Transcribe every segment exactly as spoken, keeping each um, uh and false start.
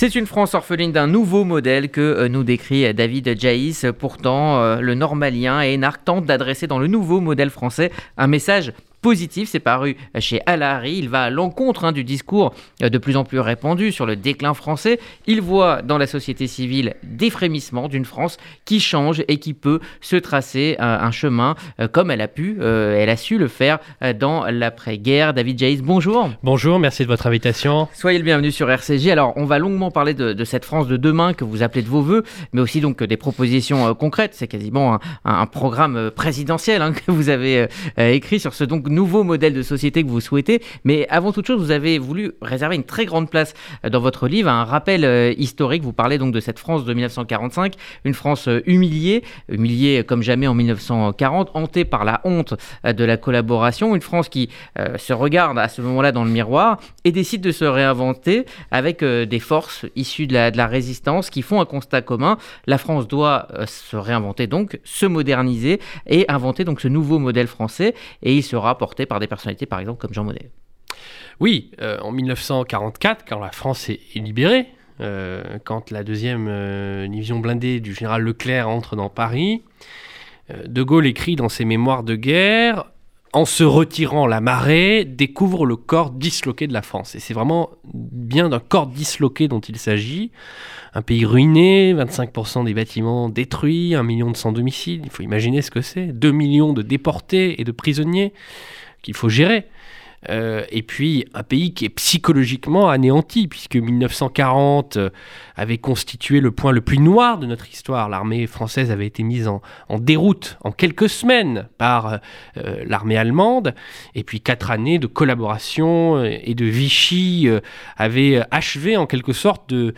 C'est une France orpheline d'un nouveau modèle que euh, nous décrit David Jaïs. Pourtant, euh, le normalien et énarque tente d'adresser dans le nouveau modèle français un message positif. C'est paru chez Alary. Il va à l'encontre hein, du discours de plus en plus répandu sur le déclin français. Il voit dans la société civile des frémissements d'une France qui change et qui peut se tracer un, un chemin euh, comme elle a pu, euh, elle a su le faire euh, dans l'après-guerre. David Jaïs, bonjour. Bonjour, merci de votre invitation. Soyez le bienvenu sur R C J. Alors, on va longuement parler de, de cette France de demain que vous appelez de vos voeux, mais aussi donc des propositions euh, concrètes. C'est quasiment un, un, un programme présidentiel hein, que vous avez euh, écrit sur ce donc nouveau modèle de société que vous souhaitez. Mais avant toute chose, vous avez voulu réserver une très grande place dans votre livre à un rappel euh, historique. Vous parlez donc de cette France de dix-neuf cent quarante-cinq, une France euh, humiliée, humiliée comme jamais en dix-neuf cent quarante, hantée par la honte euh, de la collaboration, une France qui euh, se regarde à ce moment-là dans le miroir et décide de se réinventer avec euh, des forces issues de la, de la résistance qui font un constat commun. La France doit euh, se réinventer donc, se moderniser et inventer donc ce nouveau modèle français, et il sera porté par des personnalités par exemple comme Jean Monnet. Oui, euh, en dix-neuf cent quarante-quatre, quand la France est, est libérée, euh, quand la deuxième euh, division blindée du général Leclerc entre dans Paris, euh, De Gaulle écrit dans ses mémoires de guerre: en se retirant, la marée découvre le corps disloqué de la France. Et c'est vraiment bien d'un corps disloqué dont il s'agit. Un pays ruiné, vingt-cinq pour cent des bâtiments détruits, un million de sans-domicile. Il faut imaginer ce que c'est. deux millions de déportés et de prisonniers qu'il faut gérer. Euh, et puis un pays qui est psychologiquement anéanti, puisque dix-neuf cent quarante euh, avait constitué le point le plus noir de notre histoire. L'armée française avait été mise en, en déroute en quelques semaines par euh, l'armée allemande, et puis quatre années de collaboration et de Vichy euh, avaient achevé en quelque sorte de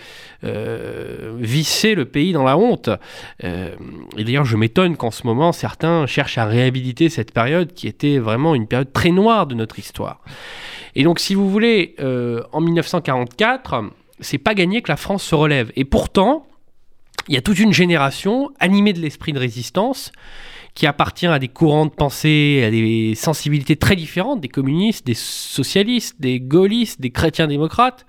euh, visser le pays dans la honte. Euh, et d'ailleurs je m'étonne qu'en ce moment certains cherchent à réhabiliter cette période qui était vraiment une période très noire de notre histoire. Et donc, si vous voulez, euh, en dix-neuf cent quarante-quatre, c'est pas gagné que la France se relève. Et pourtant, il y a toute une génération animée de l'esprit de résistance qui appartient à des courants de pensée, à des sensibilités très différentes, des communistes, des socialistes, des gaullistes, des chrétiens-démocrates,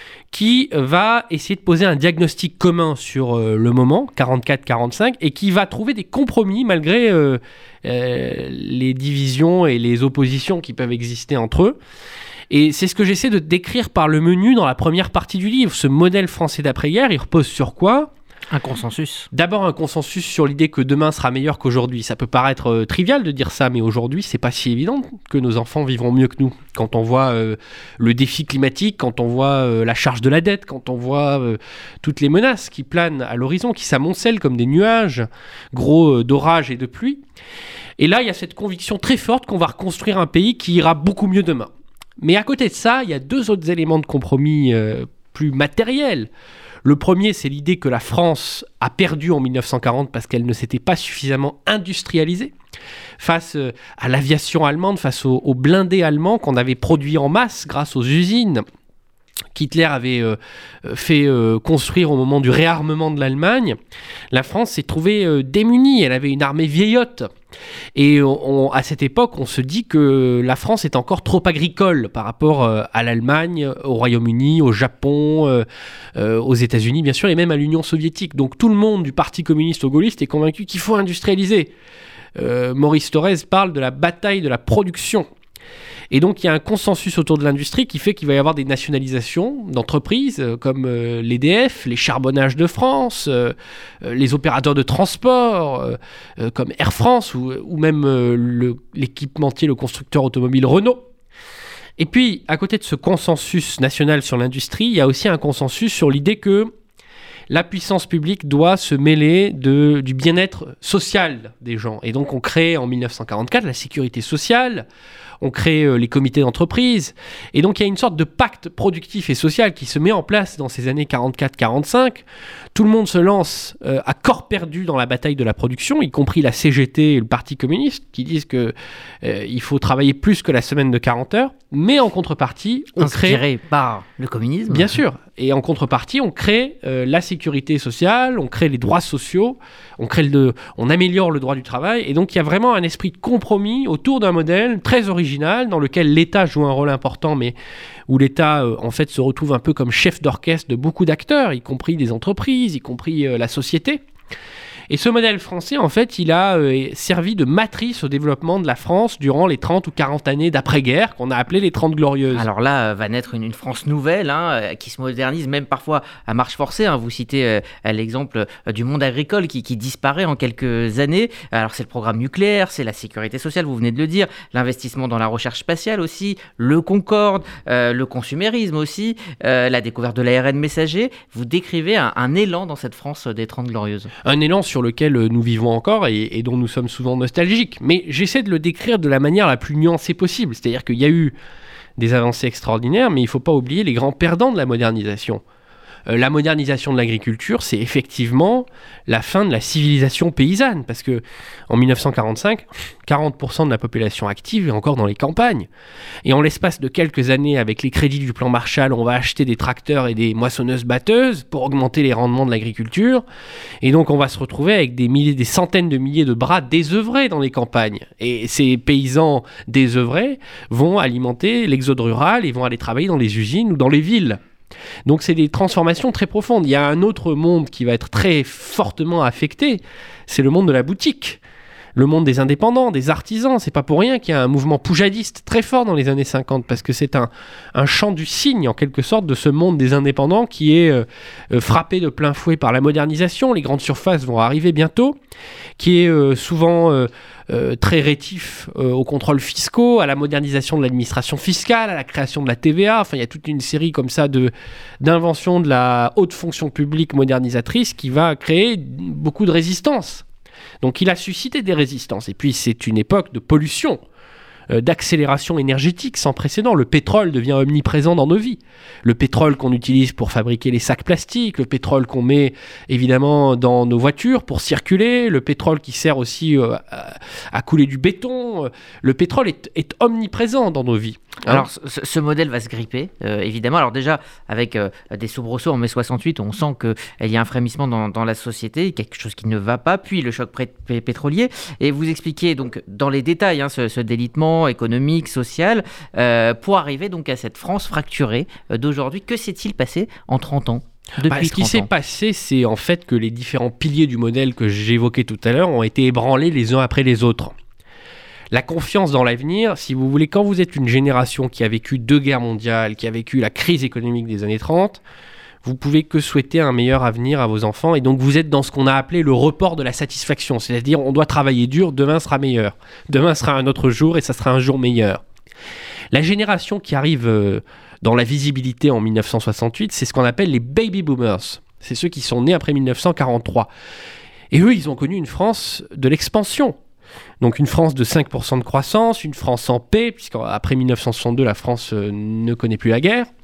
qui va essayer de poser un diagnostic commun sur euh, le moment, quarante-quatre quarante-cinq, et qui va trouver des compromis malgré euh, euh, les divisions et les oppositions qui peuvent exister entre eux. Et c'est ce que j'essaie de décrire par le menu dans la première partie du livre. Ce modèle français d'après-guerre, il repose sur quoi ? Un consensus. D'abord un consensus sur l'idée que demain sera meilleur qu'aujourd'hui. Ça peut paraître euh, trivial de dire ça, mais aujourd'hui c'est pas si évident que nos enfants vivront mieux que nous. Quand on voit euh, le défi climatique, quand on voit euh, la charge de la dette, quand on voit euh, toutes les menaces qui planent à l'horizon, qui s'amoncellent comme des nuages gros euh, d'orage et de pluie. Et là il y a cette conviction très forte qu'on va reconstruire un pays qui ira beaucoup mieux demain. Mais à côté de ça, il y a deux autres éléments de compromis euh, plus matériels. Le premier, c'est l'idée que la France a perdu en dix-neuf cent quarante parce qu'elle ne s'était pas suffisamment industrialisée face à l'aviation allemande, face aux, aux blindés allemands qu'on avait produits en masse grâce aux usines qu'Hitler avait euh, fait euh, construire au moment du réarmement de l'Allemagne. La France s'est trouvée euh, démunie, elle avait une armée vieillotte. Et on, à cette époque, on se dit que la France est encore trop agricole par rapport euh, à l'Allemagne, au Royaume-Uni, au Japon, euh, euh, aux États-Unis, bien sûr, et même à l'Union soviétique. Donc tout le monde, du Parti communiste au gaulliste, est convaincu qu'il faut industrialiser. Euh, Maurice Thorez parle de la bataille de la production. Et donc, il y a un consensus autour de l'industrie qui fait qu'il va y avoir des nationalisations d'entreprises euh, comme euh, l'E D F, les Charbonnages de France, euh, euh, les opérateurs de transport euh, euh, comme Air France ou, ou même euh, le, l'équipementier, le constructeur automobile Renault. Et puis, à côté de ce consensus national sur l'industrie, il y a aussi un consensus sur l'idée que la puissance publique doit se mêler de, du bien-être social des gens. Et donc, on crée en dix-neuf cent quarante-quatre la sécurité sociale, on crée euh, les comités d'entreprise. Et donc, il y a une sorte de pacte productif et social qui se met en place dans ces années quarante-quatre quarante-cinq. Tout le monde se lance euh, à corps perdu dans la bataille de la production, y compris la C G T et le Parti communiste, qui disent qu'il euh, faut travailler plus que la semaine de quarante heures. Mais en contrepartie, on Inspiré crée... par le communisme. Bien sûr. Et en contrepartie, on crée euh, la sécurité sociale, on crée les droits sociaux, on, crée le, on améliore le droit du travail. Et donc, il y a vraiment un esprit de compromis autour d'un modèle très original original, dans lequel l'État joue un rôle important, mais où l'État, euh, en fait, se retrouve un peu comme chef d'orchestre de beaucoup d'acteurs, y compris des entreprises, y compris euh, la société. Et ce modèle français, en fait, il a euh, servi de matrice au développement de la France durant les trente ou quarante années d'après-guerre, qu'on a appelées les trente glorieuses. Alors là, euh, va naître une, une France nouvelle, hein, euh, qui se modernise, même parfois à marche forcée. Hein. Vous citez euh, l'exemple euh, du monde agricole qui, qui disparaît en quelques années. Alors c'est le programme nucléaire, c'est la sécurité sociale, vous venez de le dire, l'investissement dans la recherche spatiale aussi, le Concorde, euh, le consumérisme aussi, euh, la découverte de l'A R N messager. Vous décrivez un, un élan dans cette France des trente glorieuses. Un élan sur lequel nous vivons encore et, et dont nous sommes souvent nostalgiques. Mais j'essaie de le décrire de la manière la plus nuancée possible. C'est-à-dire qu'il y a eu des avancées extraordinaires, mais il ne faut pas oublier les grands perdants de la modernisation. Euh, la modernisation de l'agriculture, c'est effectivement la fin de la civilisation paysanne, parce que en dix-neuf cent quarante-cinq, quarante pour cent de la population active est encore dans les campagnes. Et en l'espace de quelques années, avec les crédits du plan Marshall, on va acheter des tracteurs et des moissonneuses-batteuses pour augmenter les rendements de l'agriculture. Et donc on va se retrouver avec des milliers, des centaines de milliers de bras désœuvrés dans les campagnes. Et ces paysans désœuvrés vont alimenter l'exode rural et vont aller travailler dans les usines ou dans les villes. Donc c'est des transformations très profondes. Il y a un autre monde qui va être très fortement affecté, c'est le monde de la boutique, le monde des indépendants, des artisans. C'est pas pour rien qu'il y a un mouvement poujadiste très fort dans les années cinquante, parce que c'est un, un chant du cygne en quelque sorte de ce monde des indépendants qui est euh, euh, frappé de plein fouet par la modernisation. Les grandes surfaces vont arriver bientôt, qui est euh, souvent euh, euh, très rétif euh, aux contrôles fiscaux, à la modernisation de l'administration fiscale, à la création de la T V A. Enfin, il y a toute une série comme ça de, d'inventions de la haute fonction publique modernisatrice qui va créer beaucoup de résistance. Donc il a suscité des résistances. Et puis c'est une époque de pollution, euh, d'accélération énergétique sans précédent. Le pétrole devient omniprésent dans nos vies. Le pétrole qu'on utilise pour fabriquer les sacs plastiques, le pétrole qu'on met évidemment dans nos voitures pour circuler, le pétrole qui sert aussi euh, à, à couler du béton. Le pétrole est, est omniprésent dans nos vies. Hein. Alors, ce, ce modèle va se gripper, euh, évidemment. Alors déjà, avec euh, des soubresauts en mai soixante-huit, on sent qu'il y a un frémissement dans, dans la société, quelque chose qui ne va pas, puis le choc pré- pé- pétrolier. Et vous expliquez donc dans les détails hein, ce, ce délitement économique, social, euh, pour arriver donc à cette France fracturée euh, d'aujourd'hui. Que s'est-il passé en trente ans ? Depuis bah, ce qui s'est ans. passé, c'est en fait que les différents piliers du modèle que j'évoquais tout à l'heure ont été ébranlés les uns après les autres. La confiance dans l'avenir, si vous voulez, quand vous êtes une génération qui a vécu deux guerres mondiales, qui a vécu la crise économique des années trente, vous pouvez que souhaiter un meilleur avenir à vos enfants. Et donc vous êtes dans ce qu'on a appelé le report de la satisfaction. C'est-à-dire on doit travailler dur, demain sera meilleur. Demain sera un autre jour et ça sera un jour meilleur. La génération qui arrive euh, dans la visibilité en dix-neuf cent soixante-huit, c'est ce qu'on appelle les baby boomers. C'est ceux qui sont nés après dix-neuf cent quarante-trois. Et eux, ils ont connu une France de l'expansion. Donc une France de cinq pour cent de croissance, une France en paix, puisqu'après dix-neuf cent soixante-deux, la France euh, ne connaît plus la guerre.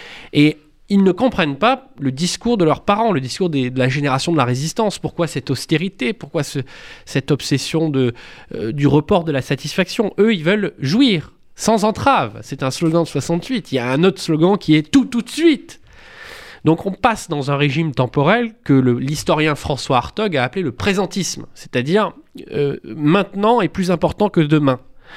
Et ils ne comprennent pas le discours de leurs parents, le discours des, de la génération de la résistance. Pourquoi cette austérité ? Pourquoi ce, cette obsession de, euh, du report de la satisfaction ? Eux, ils veulent jouir, sans entrave. C'est un slogan de soixante-huit. Il y a un autre slogan qui est « tout, tout de suite ». Donc on passe dans un régime temporel que le, l'historien François Hartog a appelé le présentisme, c'est-à-dire euh, maintenant est plus important que demain.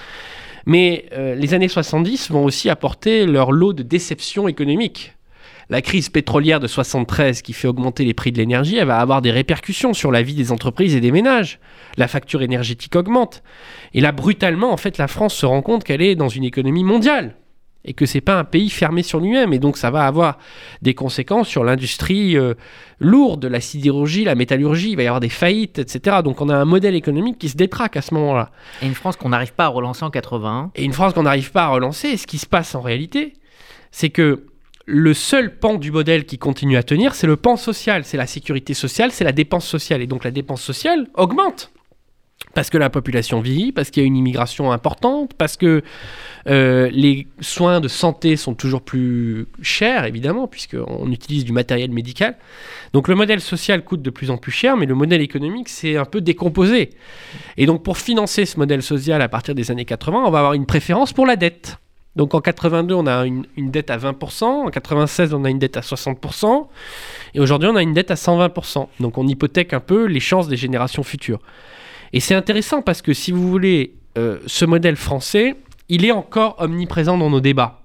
Mais euh, les années soixante-dix vont aussi apporter leur lot de déceptions économiques. La crise pétrolière de soixante-treize qui fait augmenter les prix de l'énergie, elle va avoir des répercussions sur la vie des entreprises et des ménages. La facture énergétique augmente. Et là, brutalement, en fait, la France se rend compte qu'elle est dans une économie mondiale. Et que c'est pas un pays fermé sur lui-même. Et donc ça va avoir des conséquences sur l'industrie euh, lourde, la sidérurgie, la métallurgie. Il va y avoir des faillites, et cetera. Donc on a un modèle économique qui se détraque à ce moment-là. Et une France qu'on n'arrive pas à relancer en quatre-vingt-un. Et une France qu'on n'arrive pas à relancer. Et ce qui se passe en réalité, c'est que le seul pan du modèle qui continue à tenir, c'est le pan social. C'est la sécurité sociale, c'est la dépense sociale. Et donc la dépense sociale augmente. Parce que la population vieillit, parce qu'il y a une immigration importante, parce que euh, les soins de santé sont toujours plus chers, évidemment, puisqu'on utilise du matériel médical. Donc le modèle social coûte de plus en plus cher, mais le modèle économique s'est un peu décomposé. Et donc pour financer ce modèle social à partir des années quatre-vingts, on va avoir une préférence pour la dette. Donc en quatre-vingt-deux, on a une, une dette à vingt pour cent, en quatre-vingt-seize, on a une dette à soixante pour cent, et aujourd'hui, on a une dette à cent vingt pour cent. Donc on hypothèque un peu les chances des générations futures. Et c'est intéressant parce que si vous voulez, euh, ce modèle français, il est encore omniprésent dans nos débats.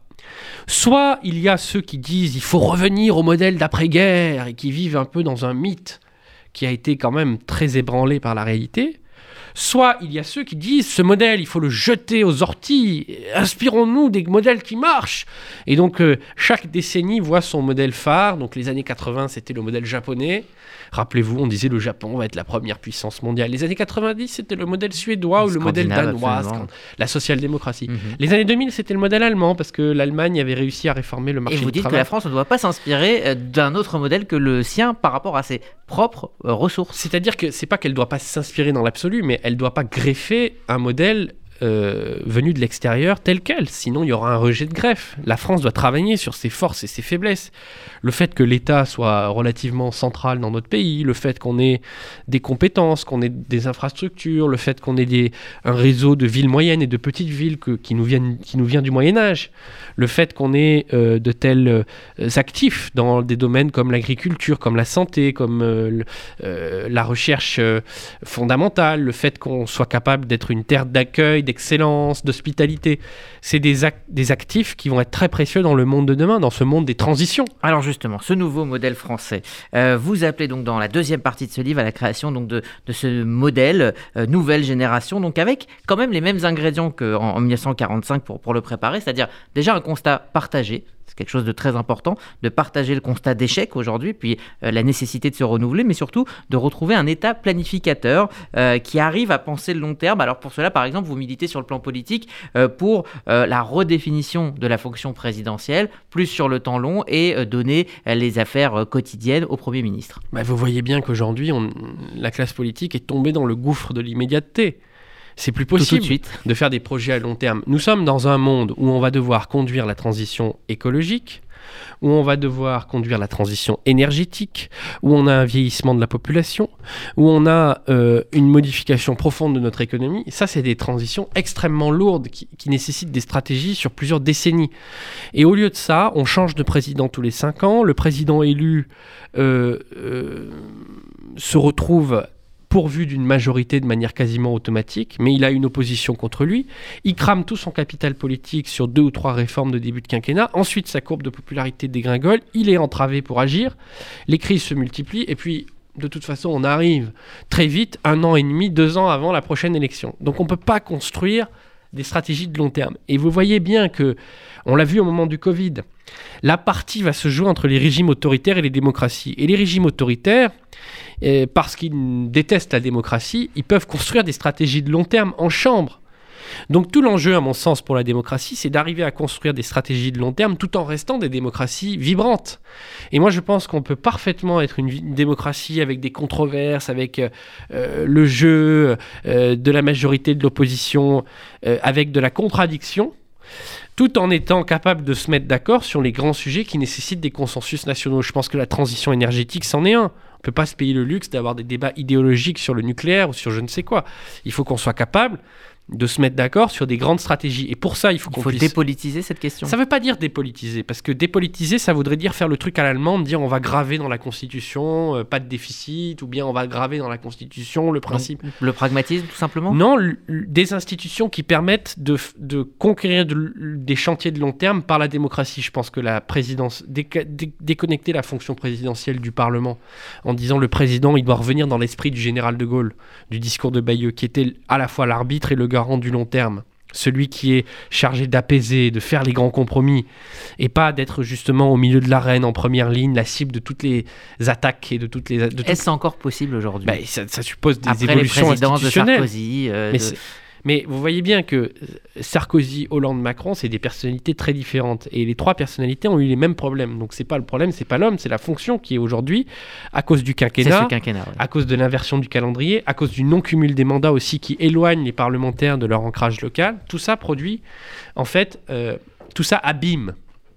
Soit il y a ceux qui disent il faut revenir au modèle d'après-guerre et qui vivent un peu dans un mythe qui a été quand même très ébranlé par la réalité. Soit il y a ceux qui disent ce modèle, il faut le jeter aux orties, inspirons-nous des modèles qui marchent. Et donc euh, chaque décennie voit son modèle phare. Donc les années quatre-vingts, c'était le modèle japonais. Rappelez-vous, on disait le Japon va être la première puissance mondiale. Les années quatre-vingt-dix, c'était le modèle suédois ou le modèle danois, la social-démocratie. Mm-hmm. Les années deux mille, c'était le modèle allemand parce que l'Allemagne avait réussi à réformer le marché du travail. Et vous dites que la France ne doit pas s'inspirer d'un autre modèle que le sien par rapport à ses propres euh, ressources. C'est-à-dire que c'est pas qu'elle ne doit pas s'inspirer dans l'absolu, mais elle ne doit pas greffer un modèle Euh, venue de l'extérieur telle qu'elle, sinon il y aura un rejet de greffe. La France doit travailler sur ses forces et ses faiblesses. Le fait que l'État soit relativement central dans notre pays, le fait qu'on ait des compétences, qu'on ait des infrastructures, le fait qu'on ait des, un réseau de villes moyennes et de petites villes que, qui, nous viennent, qui nous vient du Moyen-Âge, le fait qu'on ait euh, de tels euh, actifs dans des domaines comme l'agriculture, comme la santé, comme euh, euh, la recherche euh, fondamentale, le fait qu'on soit capable d'être une terre d'accueil, d'excellence, d'hospitalité. C'est des, ac- des actifs qui vont être très précieux dans le monde de demain, dans ce monde des transitions. Alors justement, ce nouveau modèle français, euh, vous appelez donc dans la deuxième partie de ce livre à la création donc de, de ce modèle euh, nouvelle génération, donc avec quand même les mêmes ingrédients qu'en en dix-neuf cent quarante-cinq pour, pour le préparer, c'est-à-dire déjà un constat partagé. C'est quelque chose de très important, de partager le constat d'échec aujourd'hui, puis euh, la nécessité de se renouveler, mais surtout de retrouver un État planificateur euh, qui arrive à penser le long terme. Alors pour cela, par exemple, vous militez sur le plan politique euh, pour euh, la redéfinition de la fonction présidentielle, plus sur le temps long, et euh, donner euh, les affaires euh, quotidiennes au Premier ministre. Bah, vous voyez bien qu'aujourd'hui, on, la classe politique est tombée dans le gouffre de l'immédiateté. C'est plus possible tout, tout de, suite. de faire des projets à long terme. Nous sommes dans un monde où on va devoir conduire la transition écologique, où on va devoir conduire la transition énergétique, où on a un vieillissement de la population, où on a euh, une modification profonde de notre économie. Ça, c'est des transitions extrêmement lourdes qui, qui nécessitent des stratégies sur plusieurs décennies. Et au lieu de ça, on change de président tous les cinq ans. Le président élu euh, euh, se retrouve pourvu d'une majorité de manière quasiment automatique, mais il a une opposition contre lui. Il crame tout son capital politique sur deux ou trois réformes de début de quinquennat. Ensuite, sa courbe de popularité dégringole. Il est entravé pour agir. Les crises se multiplient. Et puis, de toute façon, on arrive très vite, un an et demi, deux ans avant la prochaine élection. Donc, on ne peut pas construire des stratégies de long terme. Et vous voyez bien que, on l'a vu au moment du Covid, la partie va se jouer entre les régimes autoritaires et les démocraties. Et les régimes autoritaires, eh, parce qu'ils détestent la démocratie, ils peuvent construire des stratégies de long terme en chambre. Donc tout l'enjeu, à mon sens, pour la démocratie, c'est d'arriver à construire des stratégies de long terme tout en restant des démocraties vibrantes. Et moi, je pense qu'on peut parfaitement être une, une démocratie avec des controverses, avec euh, le jeu euh, de la majorité de l'opposition, euh, avec de la contradiction, tout en étant capable de se mettre d'accord sur les grands sujets qui nécessitent des consensus nationaux. Je pense que la transition énergétique, c'en est un. On ne peut pas se payer le luxe d'avoir des débats idéologiques sur le nucléaire ou sur je ne sais quoi. Il faut qu'on soit capable de se mettre d'accord sur des grandes stratégies. Et pour ça, il faut il qu'on faut puisse... dépolitiser cette question. Ça ne veut pas dire dépolitiser, parce que dépolitiser, ça voudrait dire faire le truc à l'allemande, dire on va graver dans la Constitution, euh, pas de déficit, ou bien on va graver dans la Constitution le principe... Donc, le pragmatisme, tout simplement ? Non, l- l- des institutions qui permettent de, f- de conquérir de l- des chantiers de long terme par la démocratie. Je pense que la présidence... Déca- dé- déconnecter la fonction présidentielle du Parlement, en disant le président, il doit revenir dans l'esprit du général de Gaulle, du discours de Bayeux, qui était à la fois l'arbitre et le garant du long terme, celui qui est chargé d'apaiser, de faire les grands compromis, et pas d'être justement au milieu de l'arène, en première ligne, la cible de toutes les attaques et de toutes les... De toutes... Est-ce encore possible aujourd'hui ? bah, ça, ça suppose des Après évolutions les présidences institutionnelles. de Sarkozy, euh, Mais, de... mais vous voyez bien que Sarkozy, Hollande, Macron, c'est des personnalités très différentes. Et les trois personnalités ont eu les mêmes problèmes. Donc c'est pas le problème, c'est pas l'homme, c'est la fonction qui est aujourd'hui, à cause du quinquennat, c'est ce quinquennat ouais. à cause de l'inversion du calendrier, à cause du non-cumul des mandats aussi qui éloigne les parlementaires de leur ancrage local. Tout ça produit, en fait, euh, tout ça abîme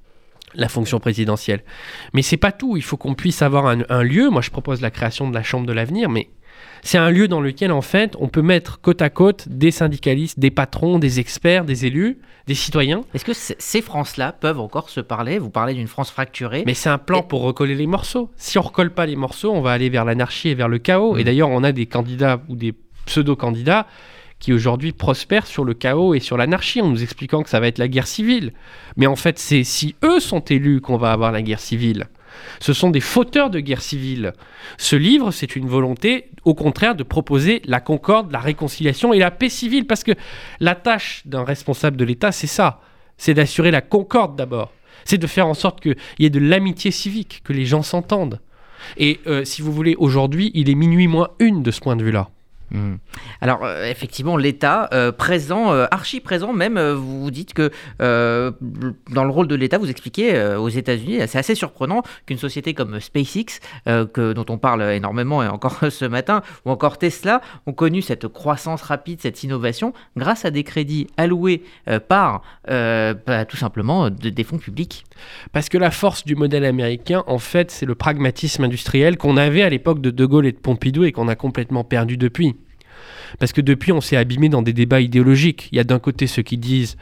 la fonction présidentielle. Mais c'est pas tout. Il faut qu'on puisse avoir un, un lieu. Moi, je propose la création de la Chambre de l'avenir, mais c'est un lieu dans lequel, en fait, on peut mettre côte à côte des syndicalistes, des patrons, des experts, des élus, des citoyens. Est-ce que c- ces France-là peuvent encore se parler ? Vous parlez d'une France fracturée. Mais c'est un plan Et... pour recoller les morceaux. Si on ne recolle pas les morceaux, on va aller vers l'anarchie et vers le chaos. Mmh. Et d'ailleurs, on a des candidats ou des pseudo-candidats qui aujourd'hui prospèrent sur le chaos et sur l'anarchie, en nous expliquant que ça va être la guerre civile. Mais en fait, c'est si eux sont élus qu'on va avoir la guerre civile. Ce sont des fauteurs de guerre civile. Ce livre, c'est une volonté, au contraire, de proposer la concorde, la réconciliation et la paix civile, parce que la tâche d'un responsable de l'État, c'est ça. C'est d'assurer la concorde d'abord. C'est de faire en sorte qu'il y ait de l'amitié civique, que les gens s'entendent. Et euh, si vous voulez, aujourd'hui, il est minuit moins une de ce point de vue-là. Mmh. Alors euh, effectivement l'État euh, présent, euh, archi présent même, euh, vous vous dites que euh, dans le rôle de l'État, vous expliquez euh, aux États-Unis, c'est assez surprenant qu'une société comme SpaceX, euh, que, dont on parle énormément et encore ce matin, ou encore Tesla, ont connu cette croissance rapide, cette innovation, grâce à des crédits alloués euh, par euh, bah, tout simplement de, des fonds publics. Parce que la force du modèle américain, en fait, c'est le pragmatisme industriel qu'on avait à l'époque de De Gaulle et de Pompidou et qu'on a complètement perdu depuis. Parce que depuis, on s'est abîmé dans des débats idéologiques. Il y a d'un côté ceux qui disent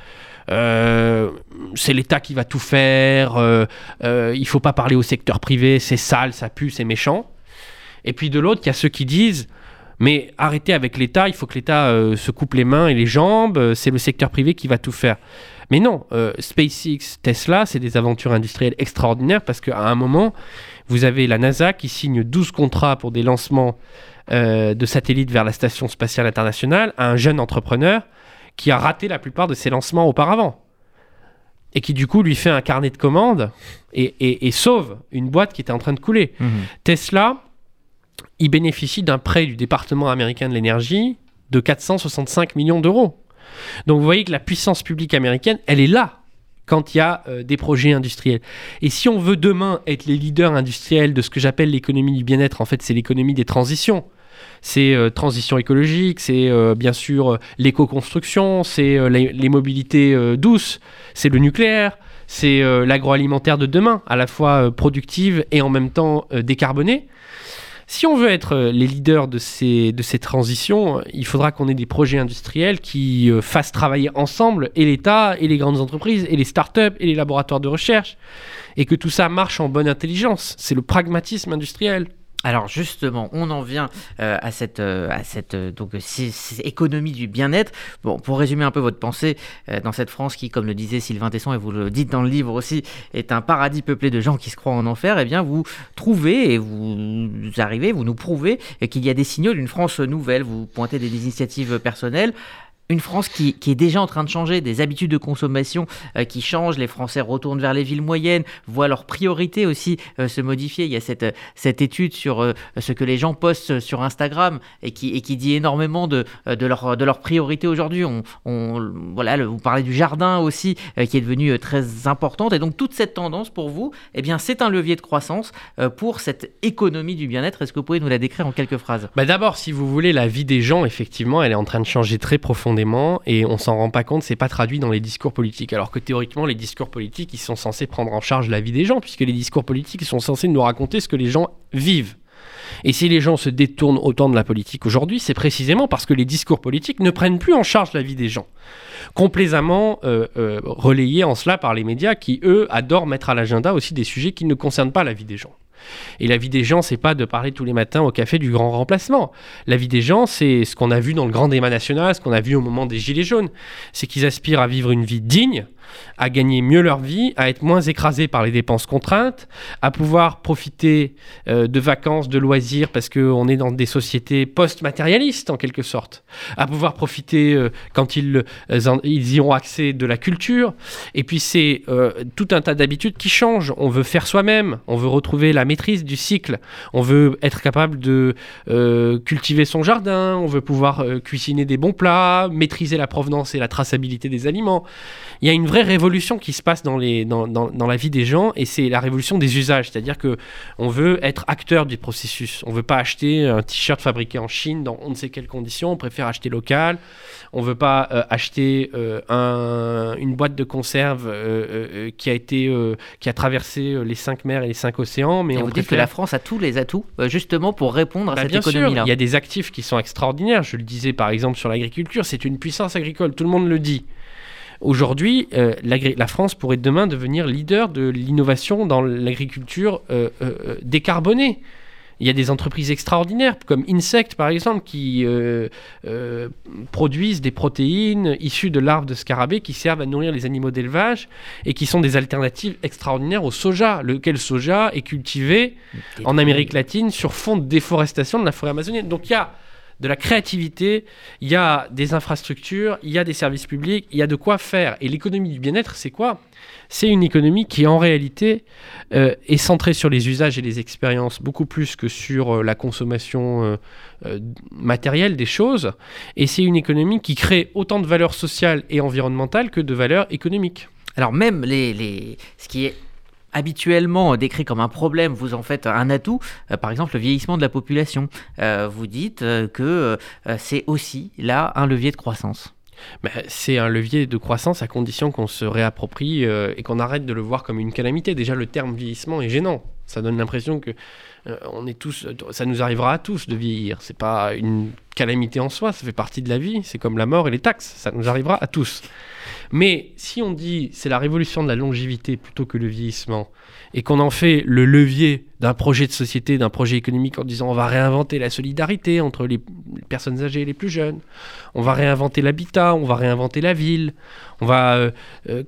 euh, c'est l'État qui va tout faire, euh, euh, il ne faut pas parler au secteur privé, c'est sale, ça pue, c'est méchant. Et puis de l'autre, il y a ceux qui disent mais arrêtez avec l'État, il faut que l'État euh, se coupe les mains et les jambes, euh, c'est le secteur privé qui va tout faire. Mais non, euh, SpaceX, Tesla, c'est des aventures industrielles extraordinaires parce qu'à un moment, vous avez la NASA qui signe douze contrats pour des lancements Euh, de satellites vers la Station spatiale internationale à un jeune entrepreneur qui a raté la plupart de ses lancements auparavant et qui du coup lui fait un carnet de commandes et, et, et sauve une boîte qui était en train de couler. Mmh. Tesla, il bénéficie d'un prêt du département américain de l'énergie de quatre cent soixante-cinq millions d'euros. Donc vous voyez que la puissance publique américaine, elle est là quand il y a euh, des projets industriels. Et si on veut demain être les leaders industriels de ce que j'appelle l'économie du bien-être, en fait, c'est l'économie des transitions. C'est euh, transition écologique, c'est euh, bien sûr euh, l'éco-construction, c'est euh, les, les mobilités euh, douces, c'est le nucléaire, c'est euh, l'agroalimentaire de demain, à la fois euh, productive et en même temps euh, décarbonée. Si on veut être les leaders de ces, de ces transitions, il faudra qu'on ait des projets industriels qui euh, fassent travailler ensemble et l'État, et les grandes entreprises, et les startups, et les laboratoires de recherche, et que tout ça marche en bonne intelligence. C'est le pragmatisme industriel. Alors justement, on en vient euh, à cette, euh, à cette euh, donc, c- c- économie du bien-être. Bon, pour résumer un peu votre pensée, euh, dans cette France qui, comme le disait Sylvain Tesson, et vous le dites dans le livre aussi, est un paradis peuplé de gens qui se croient en enfer, eh bien vous trouvez et vous arrivez, vous nous prouvez qu'il y a des signaux d'une France nouvelle. Vous pointez des initiatives personnelles. Une France qui, qui est déjà en train de changer, des habitudes de consommation euh, qui changent, les Français retournent vers les villes moyennes, voient leurs priorités aussi euh, se modifier. Il y a cette, cette étude sur euh, ce que les gens postent sur Instagram et qui, et qui dit énormément de, de leurs de leurs priorités aujourd'hui. On, on, voilà, le, vous parlez du jardin aussi euh, qui est devenu euh, très importante. Et donc toute cette tendance pour vous, eh bien, c'est un levier de croissance euh, pour cette économie du bien-être. Est-ce que vous pouvez nous la décrire en quelques phrases ? Bah d'abord, si vous voulez, la vie des gens, effectivement, elle est en train de changer très profondément. Et on s'en rend pas compte, c'est pas traduit dans les discours politiques. Alors que théoriquement, les discours politiques, ils sont censés prendre en charge la vie des gens, puisque les discours politiques, ils sont censés nous raconter ce que les gens vivent. Et si les gens se détournent autant de la politique aujourd'hui, c'est précisément parce que les discours politiques ne prennent plus en charge la vie des gens. Complaisamment euh, euh, relayés en cela par les médias qui, eux, adorent mettre à l'agenda aussi des sujets qui ne concernent pas la vie des gens. Et la vie des gens, c'est pas de parler tous les matins au café du grand remplacement. La vie des gens, c'est ce qu'on a vu dans le grand débat national, ce qu'on a vu au moment des Gilets jaunes. C'est qu'ils aspirent à vivre une vie digne, à gagner mieux leur vie, à être moins écrasés par les dépenses contraintes, à pouvoir profiter euh, de vacances, de loisirs, parce qu'on est dans des sociétés post-matérialistes, en quelque sorte, à pouvoir profiter euh, quand ils, euh, ils y ont accès de la culture. Et puis c'est euh, tout un tas d'habitudes qui changent. On veut faire soi-même, on veut retrouver la maîtrise du cycle, on veut être capable de euh, cultiver son jardin, on veut pouvoir euh, cuisiner des bons plats, maîtriser la provenance et la traçabilité des aliments. Il y a une vraie révolution qui se passe dans, les, dans, dans, dans la vie des gens, et c'est la révolution des usages, c'est-à-dire qu'on veut être acteur du processus. On ne veut pas acheter un t-shirt fabriqué en Chine dans on ne sait quelles conditions, on préfère acheter local. On ne veut pas euh, acheter euh, un, une boîte de conserve euh, euh, qui a été, euh, qui a traversé les cinq mers et les cinq océans. Mais et on vous préfère... dites que la France a tous les atouts euh, justement pour répondre à bah, cette bien économie-là. Sûr, il y a des actifs qui sont extraordinaires. Je le disais par exemple sur l'agriculture, c'est une puissance agricole, tout le monde le dit. Aujourd'hui, euh, la France pourrait demain devenir leader de l'innovation dans l'agriculture euh, euh, décarbonée. Il y a des entreprises extraordinaires, comme Insect par exemple, qui euh, euh, produisent des protéines issues de larves de scarabées qui servent à nourrir les animaux d'élevage et qui sont des alternatives extraordinaires au soja, lequel soja est cultivé en Amérique latine sur fond de déforestation de la forêt amazonienne. Donc il y a de la créativité, il y a des infrastructures, il y a des services publics, il y a de quoi faire. Et l'économie du bien-être, c'est quoi ? C'est une économie qui, en réalité, euh, est centrée sur les usages et les expériences, beaucoup plus que sur euh, la consommation euh, euh, matérielle des choses. Et c'est une économie qui crée autant de valeurs sociales et environnementales que de valeurs économiques. Alors même les, les... ce qui est habituellement décrit comme un problème, vous en faites un atout, euh, par exemple le vieillissement de la population. Euh, vous dites euh, que euh, c'est aussi là un levier de croissance. Ben, c'est un levier de croissance à condition qu'on se réapproprie euh, et qu'on arrête de le voir comme une calamité. Déjà, le terme vieillissement est gênant. Ça donne l'impression que euh, on est tous, ça nous arrivera à tous de vieillir. C'est pas une calamité en soi, ça fait partie de la vie. C'est comme la mort et les taxes, ça nous arrivera à tous. Mais si on dit c'est la révolution de la longévité plutôt que le vieillissement, et qu'on en fait le levier d'un projet de société, d'un projet économique en disant on va réinventer la solidarité entre les personnes âgées et les plus jeunes, on va réinventer l'habitat, on va réinventer la ville, on va euh, euh,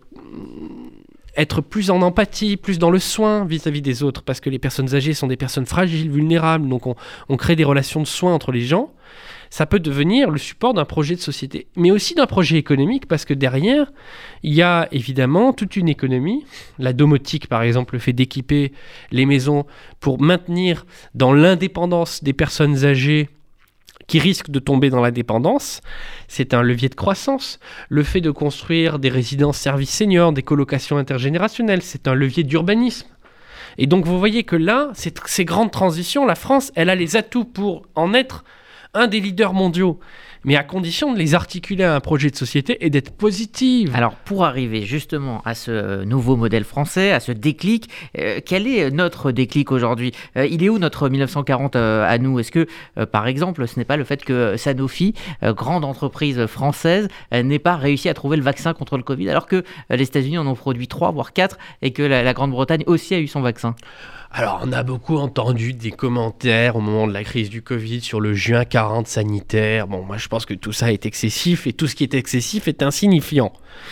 être plus en empathie, plus dans le soin vis-à-vis des autres, parce que les personnes âgées sont des personnes fragiles, vulnérables, donc on, on crée des relations de soins entre les gens. Ça peut devenir le support d'un projet de société, mais aussi d'un projet économique, parce que derrière, il y a évidemment toute une économie. La domotique, par exemple, le fait d'équiper les maisons pour maintenir dans l'indépendance des personnes âgées qui risquent de tomber dans la dépendance, c'est un levier de croissance. Le fait de construire des résidences services seniors, des colocations intergénérationnelles, c'est un levier d'urbanisme. Et donc vous voyez que là, ces, ces grandes transitions, la France, elle a les atouts pour en être un des leaders mondiaux, mais à condition de les articuler à un projet de société et d'être positive. Alors, pour arriver justement à ce nouveau modèle français, à ce déclic, euh, quel est notre déclic aujourd'hui ? euh, Il est où notre mille neuf cent quarante euh, à nous ? Est-ce que, euh, par exemple, ce n'est pas le fait que Sanofi, euh, grande entreprise française, euh, n'ait pas réussi à trouver le vaccin contre le Covid, alors que euh, les États-Unis en ont produit trois, voire quatre, et que la, la Grande-Bretagne aussi a eu son vaccin ? Alors, on a beaucoup entendu des commentaires au moment de la crise du Covid sur le juin quarante sanitaire. Bon, moi, je pense que tout ça est excessif et tout ce qui est excessif est insignifiant.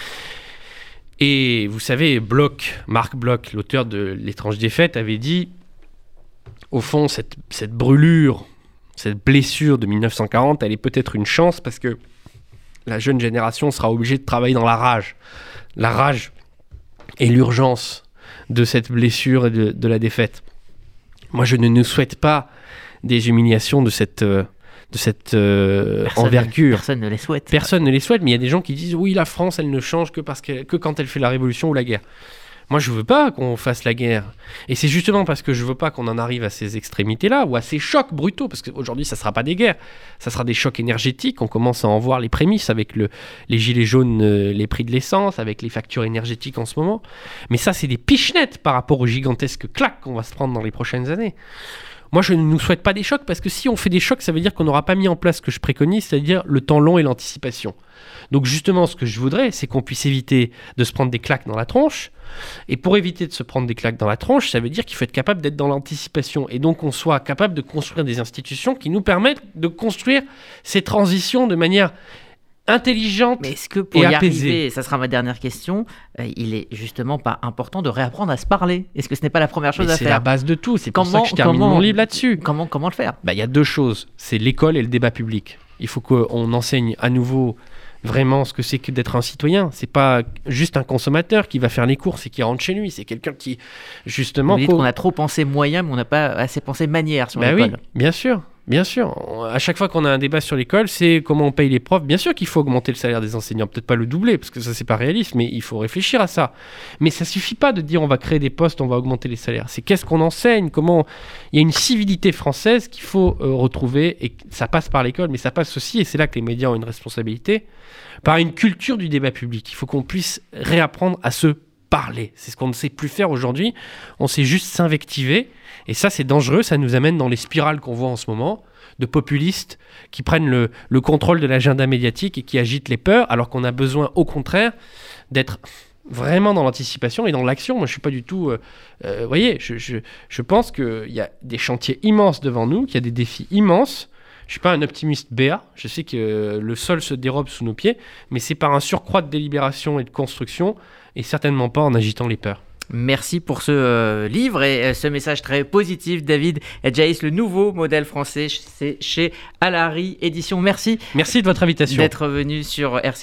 Et vous savez, Bloch, Marc Bloch, l'auteur de L'étrange défaite, avait dit, au fond, cette, cette brûlure, cette blessure de mille neuf cent quarante, elle est peut-être une chance parce que la jeune génération sera obligée de travailler dans la rage. La rage et l'urgence de cette blessure et de, de la défaite. Moi, je ne nous souhaite pas des humiliations de cette, euh, de cette euh, personne, envergure. Personne ne les souhaite. Personne ne les souhaite, mais il y a des gens qui disent « Oui, la France, elle ne change que, parce que, que quand elle fait la révolution ou la guerre. » Moi, je ne veux pas qu'on fasse la guerre. Et c'est justement parce que je ne veux pas qu'on en arrive à ces extrémités-là ou à ces chocs brutaux, parce qu'aujourd'hui, ça ne sera pas des guerres, ça sera des chocs énergétiques. On commence à en voir les prémices avec le, les gilets jaunes, euh, les prix de l'essence, avec les factures énergétiques en ce moment. Mais ça, c'est des pichenettes par rapport aux gigantesques claques qu'on va se prendre dans les prochaines années. Moi, je ne nous souhaite pas des chocs, parce que si on fait des chocs, ça veut dire qu'on n'aura pas mis en place ce que je préconise, c'est-à-dire le temps long et l'anticipation. Donc justement, ce que je voudrais, c'est qu'on puisse éviter de se prendre des claques dans la tronche. Et pour éviter de se prendre des claques dans la tronche, ça veut dire qu'il faut être capable d'être dans l'anticipation. Et donc, on soit capable de construire des institutions qui nous permettent de construire ces transitions de manière intelligente Mais est-ce que pour et y apaisée. arriver, ça sera ma dernière question, euh, il est justement pas important de réapprendre à se parler ? Est-ce que ce n'est pas la première chose Mais à c'est faire ? la base de tout. C'est pour Comment- ça que je termine comment- mon livre là-dessus. Comment, comment le faire ? Bah, y a deux choses. C'est l'école et le débat public. Il faut qu'on enseigne à nouveau vraiment ce que c'est que d'être un citoyen. C'est pas juste un consommateur qui va faire les courses et qui rentre chez lui. C'est quelqu'un qui, justement... Vous dites co- qu'on a trop pensé moyen, mais on n'a pas assez pensé manière sur Bah l'école. oui, bien sûr. Bien sûr, On- à chaque fois qu'on a un débat sur l'école, c'est comment on paye les profs. Bien sûr qu'il faut augmenter le salaire des enseignants, peut-être pas le doubler, parce que ça c'est pas réaliste, mais il faut réfléchir à ça. Mais ça suffit pas de dire on va créer des postes, on va augmenter les salaires. C'est qu'est-ce qu'on enseigne, comment... Il y a une civilité française qu'il faut euh, retrouver, et ça passe par l'école, mais ça passe aussi, et c'est là que les médias ont une responsabilité, par une culture du débat public. Il faut qu'on puisse réapprendre à se parler. C'est ce qu'on ne sait plus faire aujourd'hui. On sait juste s'invectiver. Et ça, c'est dangereux. Ça nous amène dans les spirales qu'on voit en ce moment, de populistes qui prennent le, le contrôle de l'agenda médiatique et qui agitent les peurs, alors qu'on a besoin, au contraire, d'être vraiment dans l'anticipation et dans l'action. Moi, je suis pas du tout... Vous euh, euh, voyez, je, je, je pense qu'il y a des chantiers immenses devant nous, qu'il y a des défis immenses. Je suis pas un optimiste béat. Je sais que euh, le sol se dérobe sous nos pieds, mais c'est par un surcroît de délibération et de construction, et certainement pas en agitant les peurs. Merci pour ce euh, livre et euh, ce message très positif, David Djaïs, le nouveau modèle français, c'est chez Alary Édition. Merci. Merci de votre invitation. D'être venu sur R C.